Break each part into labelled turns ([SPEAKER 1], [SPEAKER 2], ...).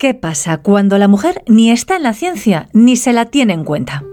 [SPEAKER 1] ¿Qué pasa cuando la mujer ni está en la ciencia ni se la tiene en cuenta?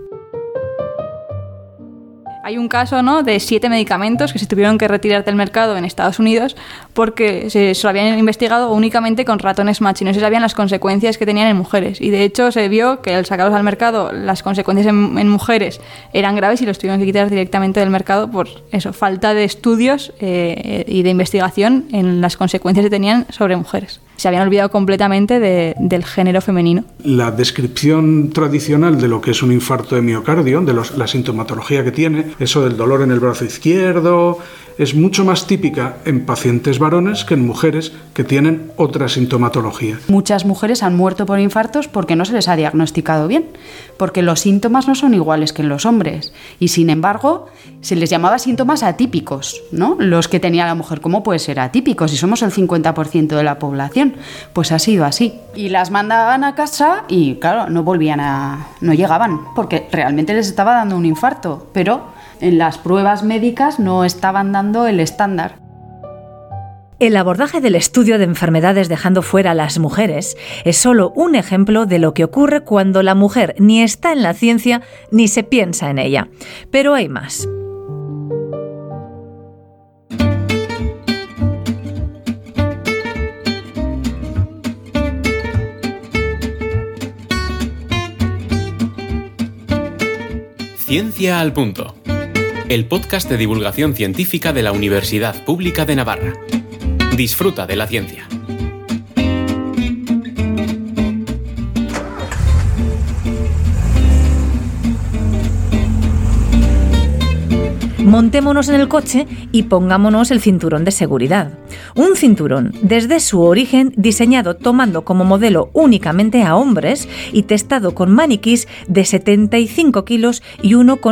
[SPEAKER 2] Hay un caso, ¿no?, de 7 medicamentos que se tuvieron que retirar del mercado en Estados Unidos porque se lo habían investigado únicamente con ratones macho y no se sabían las consecuencias que tenían en mujeres. Y de hecho se vio que al sacarlos al mercado las consecuencias en mujeres eran graves y los tuvieron que quitar directamente del mercado por eso, falta de estudios y de investigación en las consecuencias que tenían sobre mujeres. Se habían olvidado completamente del género femenino.
[SPEAKER 3] La descripción tradicional de lo que es un infarto de miocardio, de la sintomatología que tiene, eso del dolor en el brazo izquierdo, es mucho más típica en pacientes varones que en mujeres que tienen otra sintomatología.
[SPEAKER 4] Muchas mujeres han muerto por infartos porque no se les ha diagnosticado bien, porque los síntomas no son iguales que en los hombres y sin embargo se les llamaba síntomas atípicos, ¿no? Los que tenía la mujer. ¿Cómo puede ser atípicos si somos el 50% de la población? Pues ha sido así. Y las mandaban a casa y claro, no llegaban porque realmente les estaba dando un infarto, pero en las pruebas médicas no estaban dando el estándar.
[SPEAKER 1] El abordaje del estudio de enfermedades dejando fuera a las mujeres es solo un ejemplo de lo que ocurre cuando la mujer ni está en la ciencia ni se piensa en ella. Pero hay más.
[SPEAKER 5] Ciencia al Punto, el podcast de divulgación científica de la Universidad Pública de Navarra. Disfruta de la ciencia.
[SPEAKER 1] Montémonos en el coche y pongámonos el cinturón de seguridad. Un cinturón, desde su origen, diseñado tomando como modelo únicamente a hombres y testado con maniquís de 75 kilos y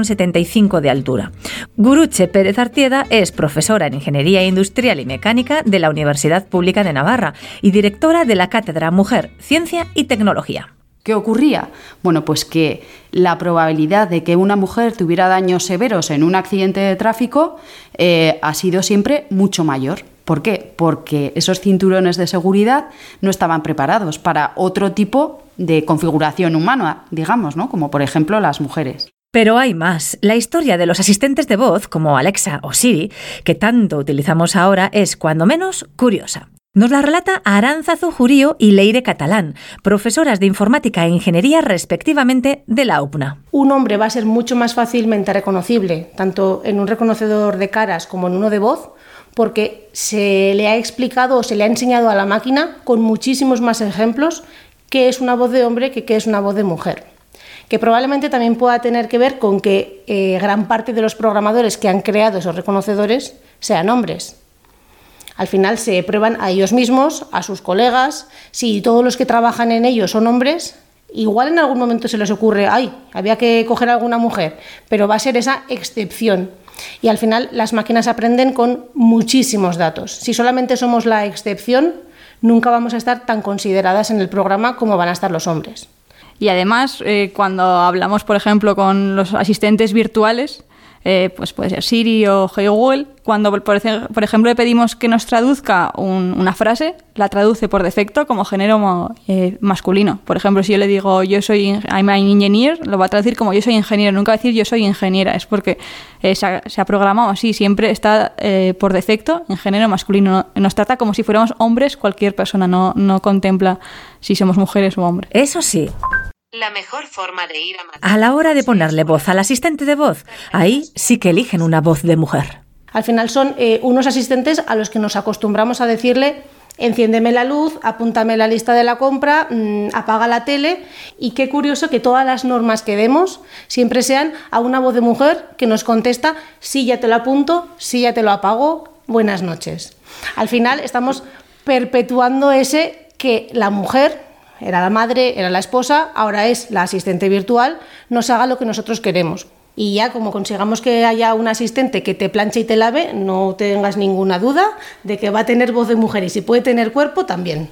[SPEAKER 1] 1,75 de altura. Guruche Pérez Artieda es profesora en Ingeniería Industrial y Mecánica de la Universidad Pública de Navarra y directora de la Cátedra Mujer, Ciencia y Tecnología.
[SPEAKER 4] ¿Qué ocurría? Bueno, pues que la probabilidad de que una mujer tuviera daños severos en un accidente de tráfico ha sido siempre mucho mayor. ¿Por qué? Porque esos cinturones de seguridad no estaban preparados para otro tipo de configuración humana, digamos, ¿no? Como por ejemplo las mujeres.
[SPEAKER 1] Pero hay más. La historia de los asistentes de voz, como Alexa o Siri, que tanto utilizamos ahora, es cuando menos curiosa. Nos la relata Arantzazu Jurío y Leire Catalán, profesoras de informática e ingeniería respectivamente de la UPNA.
[SPEAKER 6] Un hombre va a ser mucho más fácilmente reconocible, tanto en un reconocedor de caras como en uno de voz, porque se le ha explicado o se le ha enseñado a la máquina con muchísimos más ejemplos qué es una voz de hombre que qué es una voz de mujer. Que probablemente también pueda tener que ver con que gran parte de los programadores que han creado esos reconocedores sean hombres. Al final se prueban a ellos mismos, a sus colegas. Si todos los que trabajan en ellos son hombres, igual en algún momento se les ocurre, había que coger a alguna mujer, pero va a ser esa excepción. Y al final las máquinas aprenden con muchísimos datos. Si solamente somos la excepción, nunca vamos a estar tan consideradas en el programa como van a estar los hombres.
[SPEAKER 2] Y además, cuando hablamos, por ejemplo, con los asistentes virtuales, pues puede ser Siri o Hey Google, cuando, por ejemplo, le pedimos que nos traduzca una frase, la traduce por defecto como género masculino. Por ejemplo, si yo le digo I'm an engineer, lo va a traducir como yo soy ingeniero, nunca va a decir yo soy ingeniera, es porque se ha programado así, siempre está por defecto en género masculino. Nos trata como si fuéramos hombres, cualquier persona, no contempla si somos mujeres o hombres.
[SPEAKER 1] Eso sí.
[SPEAKER 7] La mejor forma de ir
[SPEAKER 1] a la hora de ponerle voz al asistente de voz, ahí sí que eligen una voz de mujer.
[SPEAKER 6] Al final son unos asistentes a los que nos acostumbramos a decirle enciéndeme la luz, apúntame la lista de la compra, apaga la tele, y qué curioso que todas las normas que demos siempre sean a una voz de mujer que nos contesta sí, ya te lo apunto, sí, ya te lo apago, buenas noches. Al final estamos perpetuando ese que la mujer era la madre, era la esposa, ahora es la asistente virtual, nos haga lo que nosotros queremos. Y ya como consigamos que haya un asistente que te planche y te lave, no tengas ninguna duda de que va a tener voz de mujer y si puede tener cuerpo también.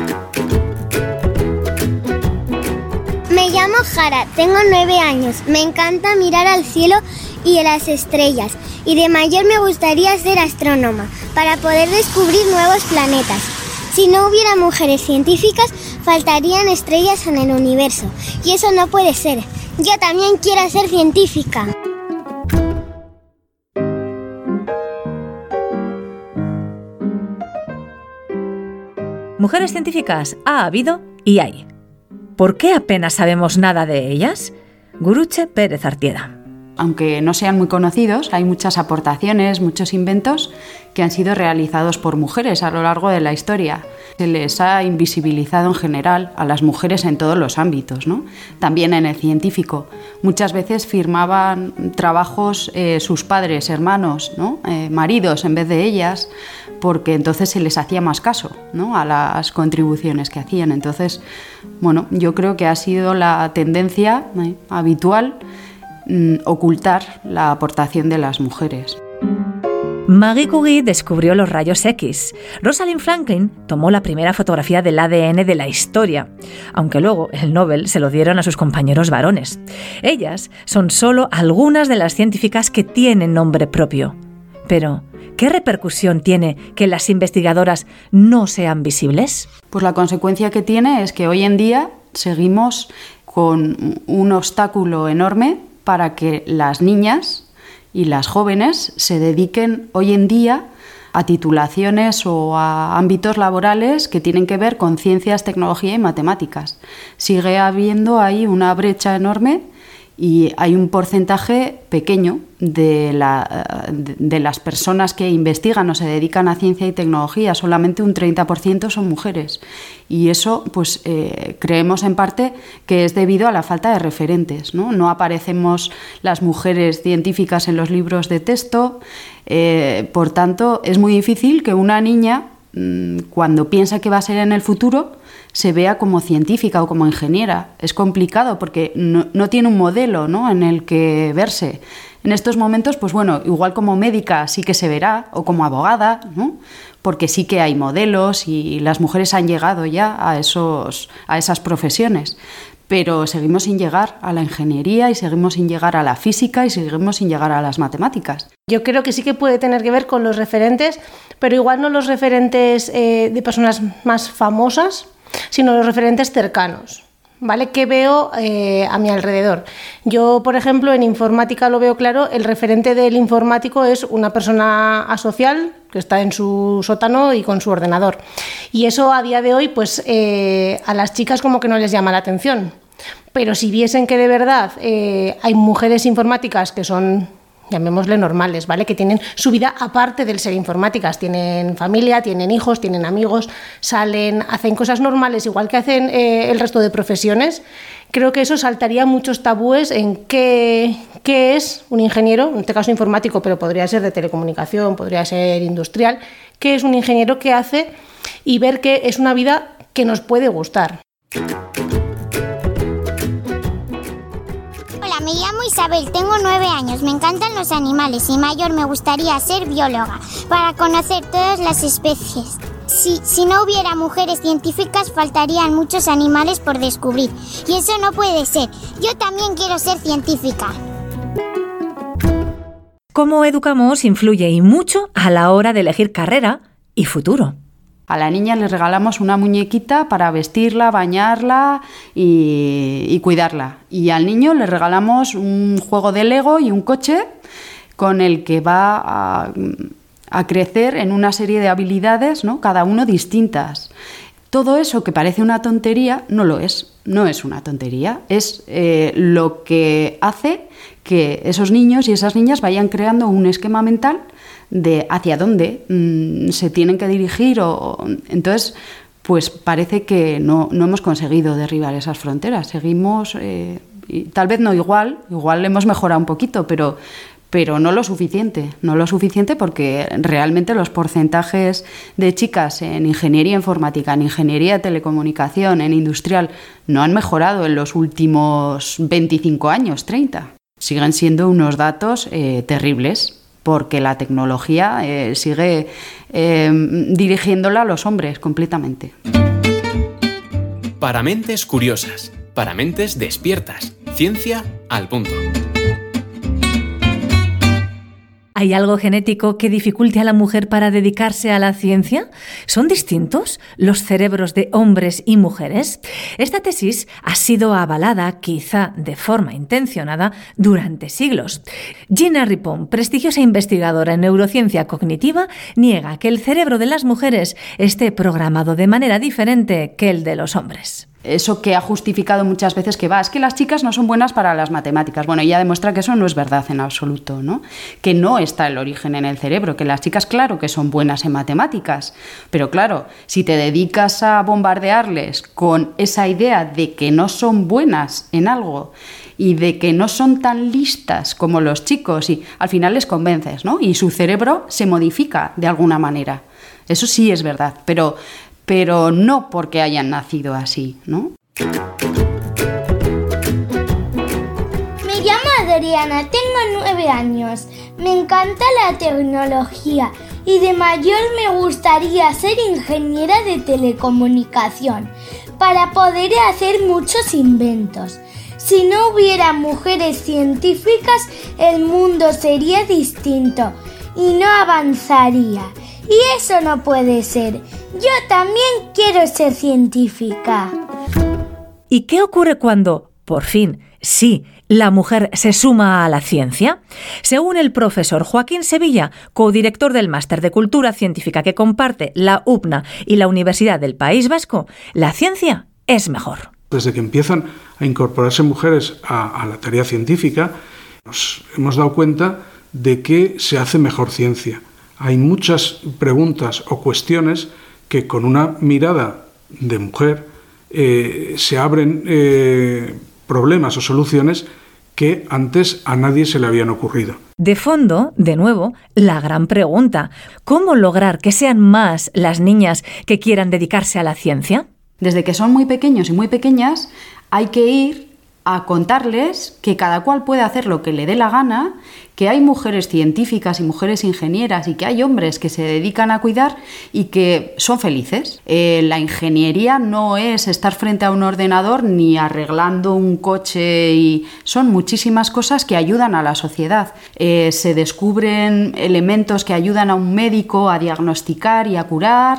[SPEAKER 8] Me llamo Jara, tengo 9 años, me encanta mirar al cielo y a las estrellas y de mayor me gustaría ser astrónoma para poder descubrir nuevos planetas. Si no hubiera mujeres científicas, faltarían estrellas en el universo. Y eso no puede ser. Yo también quiero ser científica.
[SPEAKER 1] Mujeres científicas ha habido y hay. ¿Por qué apenas sabemos nada de ellas? Guruche Pérez Artieda.
[SPEAKER 4] Aunque no sean muy conocidos, hay muchas aportaciones, muchos inventos que han sido realizados por mujeres a lo largo de la historia. Se les ha invisibilizado en general a las mujeres en todos los ámbitos, ¿no? También en el científico. Muchas veces firmaban trabajos sus padres, hermanos, ¿no? Maridos en vez de ellas, porque entonces se les hacía más caso, ¿no? A las contribuciones que hacían. Entonces, bueno, yo creo que ha sido la tendencia habitual ocultar la aportación de las mujeres.
[SPEAKER 1] Marie Curie descubrió los rayos X. Rosalind Franklin tomó la primera fotografía del ADN de la historia, aunque luego el Nobel se lo dieron a sus compañeros varones. Ellas son solo algunas de las científicas que tienen nombre propio. Pero, ¿qué repercusión tiene que las investigadoras no sean visibles?
[SPEAKER 4] Pues la consecuencia que tiene es que hoy en día seguimos con un obstáculo enorme para que las niñas y las jóvenes se dediquen hoy en día a titulaciones o a ámbitos laborales que tienen que ver con ciencias, tecnología y matemáticas. Sigue habiendo ahí una brecha enorme y hay un porcentaje pequeño de las personas que investigan o se dedican a ciencia y tecnología, solamente un 30% son mujeres. Y eso, pues, creemos en parte que es debido a la falta de referentes, ¿no? No aparecemos las mujeres científicas en los libros de texto, por tanto, es muy difícil que una niña, cuando piensa que va a ser en el futuro, se vea como científica o como ingeniera. Es complicado porque no tiene un modelo, ¿no?, en el que verse. En estos momentos, pues bueno, igual como médica sí que se verá, o como abogada, ¿no?, porque sí que hay modelos y las mujeres han llegado ya a esas profesiones. Pero seguimos sin llegar a la ingeniería y seguimos sin llegar a la física y seguimos sin llegar a las matemáticas.
[SPEAKER 6] Yo creo que sí que puede tener que ver con los referentes, pero igual no los referentes de personas más famosas, sino los referentes cercanos, ¿vale? Que veo a mi alrededor. Yo, por ejemplo, en informática lo veo claro, el referente del informático es una persona asocial que está en su sótano y con su ordenador. Y eso a día de hoy, pues a las chicas como que no les llama la atención. Pero si viesen que de verdad hay mujeres informáticas que son, llamémosle, normales, ¿vale?, que tienen su vida aparte del ser informáticas, tienen familia, tienen hijos, tienen amigos, salen, hacen cosas normales igual que hacen el resto de profesiones, creo que eso saltaría muchos tabúes en qué es un ingeniero, en este caso informático, pero podría ser de telecomunicación, podría ser industrial, qué es un ingeniero, qué hace, y ver que es una vida que nos puede gustar.
[SPEAKER 8] Me llamo Isabel, tengo 9 años, me encantan los animales y mayor me gustaría ser bióloga para conocer todas las especies. Si no hubiera mujeres científicas faltarían muchos animales por descubrir y eso no puede ser. Yo también quiero ser científica.
[SPEAKER 1] Cómo educamos influye y mucho a la hora de elegir carrera y futuro.
[SPEAKER 4] A la niña le regalamos una muñequita para vestirla, bañarla y cuidarla. Y al niño le regalamos un juego de Lego y un coche con el que va a crecer en una serie de habilidades, ¿no?, cada uno distintas. Todo eso que parece una tontería no lo es. No es una tontería. Es lo que hace que esos niños y esas niñas vayan creando un esquema mental de hacia dónde se tienen que dirigir. Entonces, pues parece que no hemos conseguido derribar esas fronteras. Seguimos, y tal vez no igual hemos mejorado un poquito, pero no lo suficiente. No lo suficiente porque realmente los porcentajes de chicas en ingeniería informática, en ingeniería de telecomunicación, en industrial, no han mejorado en los últimos 25 años, 30. Siguen siendo unos datos terribles, porque la tecnología sigue dirigiéndola a los hombres completamente.
[SPEAKER 5] Para mentes curiosas, para mentes despiertas, ciencia al punto.
[SPEAKER 1] ¿Hay algo genético que dificulte a la mujer para dedicarse a la ciencia? ¿Son distintos los cerebros de hombres y mujeres? Esta tesis ha sido avalada, quizá de forma intencionada, durante siglos. Gina Rippon, prestigiosa investigadora en neurociencia cognitiva, niega que el cerebro de las mujeres esté programado de manera diferente que el de los hombres.
[SPEAKER 4] Eso que ha justificado muchas veces que es que las chicas no son buenas para las matemáticas. Bueno, ella demuestra que eso no es verdad en absoluto, ¿no? Que no está el origen en el cerebro, que las chicas claro que son buenas en matemáticas, pero claro, si te dedicas a bombardearles con esa idea de que no son buenas en algo y de que no son tan listas como los chicos, y al final les convences, ¿no? Y su cerebro se modifica de alguna manera. Eso sí es verdad, pero no porque hayan nacido así, ¿no?
[SPEAKER 8] Me llamo Adriana, tengo 9 años. Me encanta la tecnología y de mayor me gustaría ser ingeniera de telecomunicación para poder hacer muchos inventos. Si no hubiera mujeres científicas, el mundo sería distinto y no avanzaría. Y eso no puede ser. Yo también quiero ser científica.
[SPEAKER 1] ¿Y qué ocurre cuando, por fin, sí, la mujer se suma a la ciencia? Según el profesor Joaquín Sevilla, codirector del Máster de Cultura Científica que comparte la UPNA y la Universidad del País Vasco, la ciencia es mejor.
[SPEAKER 3] Desde que empiezan a incorporarse mujeres a la tarea científica, nos hemos dado cuenta de que se hace mejor ciencia. Hay muchas preguntas o cuestiones que con una mirada de mujer se abren problemas o soluciones que antes a nadie se le habían ocurrido.
[SPEAKER 1] De fondo, de nuevo, la gran pregunta: ¿cómo lograr que sean más las niñas que quieran dedicarse a la ciencia?
[SPEAKER 4] Desde que son muy pequeños y muy pequeñas hay que ir a contarles que cada cual puede hacer lo que le dé la gana, que hay mujeres científicas y mujeres ingenieras y que hay hombres que se dedican a cuidar y que son felices. La ingeniería no es estar frente a un ordenador ni arreglando un coche, y son muchísimas cosas que ayudan a la sociedad. Se descubren elementos que ayudan a un médico a diagnosticar y a curar,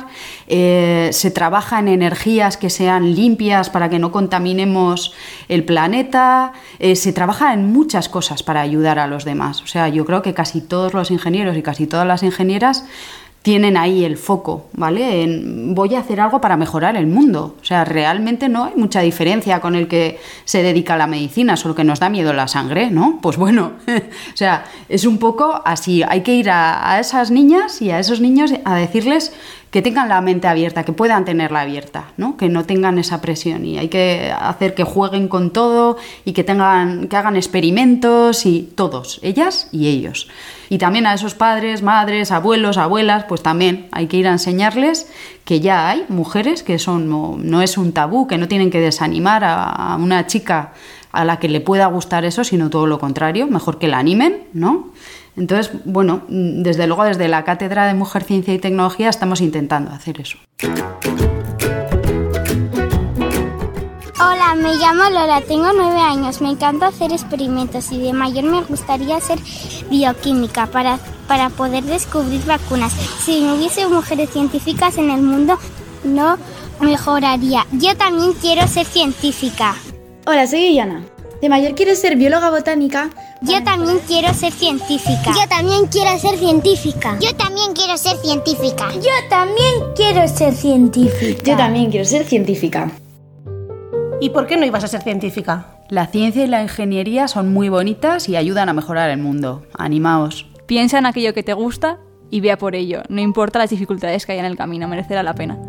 [SPEAKER 4] se trabaja en energías que sean limpias para que no contaminemos el planeta, se trabaja en muchas cosas para ayudar a los demás. O sea, yo creo que casi todos los ingenieros y casi todas las ingenieras tienen ahí el foco, ¿vale? Voy a hacer algo para mejorar el mundo. O sea, realmente no hay mucha diferencia con el que se dedica a la medicina, solo que nos da miedo la sangre, ¿no? Pues bueno, o sea, es un poco así. Hay que ir a esas niñas y a esos niños a decirles que tengan la mente abierta, que puedan tenerla abierta, ¿no? Que no tengan esa presión, y hay que hacer que jueguen con todo y que hagan experimentos, y todos, ellas y ellos. Y también a esos padres, madres, abuelos, abuelas, pues también hay que ir a enseñarles que ya hay mujeres que no es un tabú, que no tienen que desanimar a una chica a la que le pueda gustar eso, sino todo lo contrario, mejor que la animen, ¿no? Entonces, bueno, desde luego desde la Cátedra de Mujer, Ciencia y Tecnología estamos intentando hacer eso.
[SPEAKER 8] Hola, me llamo Lola, tengo 9 años, me encanta hacer experimentos y de mayor me gustaría ser bioquímica para poder descubrir vacunas. Si no hubiese mujeres científicas en el mundo, no mejoraría. Yo también quiero ser científica.
[SPEAKER 9] Hola, soy Iliana. De mayor quiero ser bióloga botánica.
[SPEAKER 8] Yo también quiero ser científica. Yo también quiero ser científica. Yo también quiero ser científica. Yo también quiero ser científica.
[SPEAKER 9] Yo también quiero ser científica.
[SPEAKER 6] ¿Y por qué no ibas a ser científica?
[SPEAKER 4] La ciencia y la ingeniería son muy bonitas y ayudan a mejorar el mundo. Animaos.
[SPEAKER 2] Piensa en aquello que te gusta y vea por ello. No importa las dificultades que haya en el camino, merecerá la pena.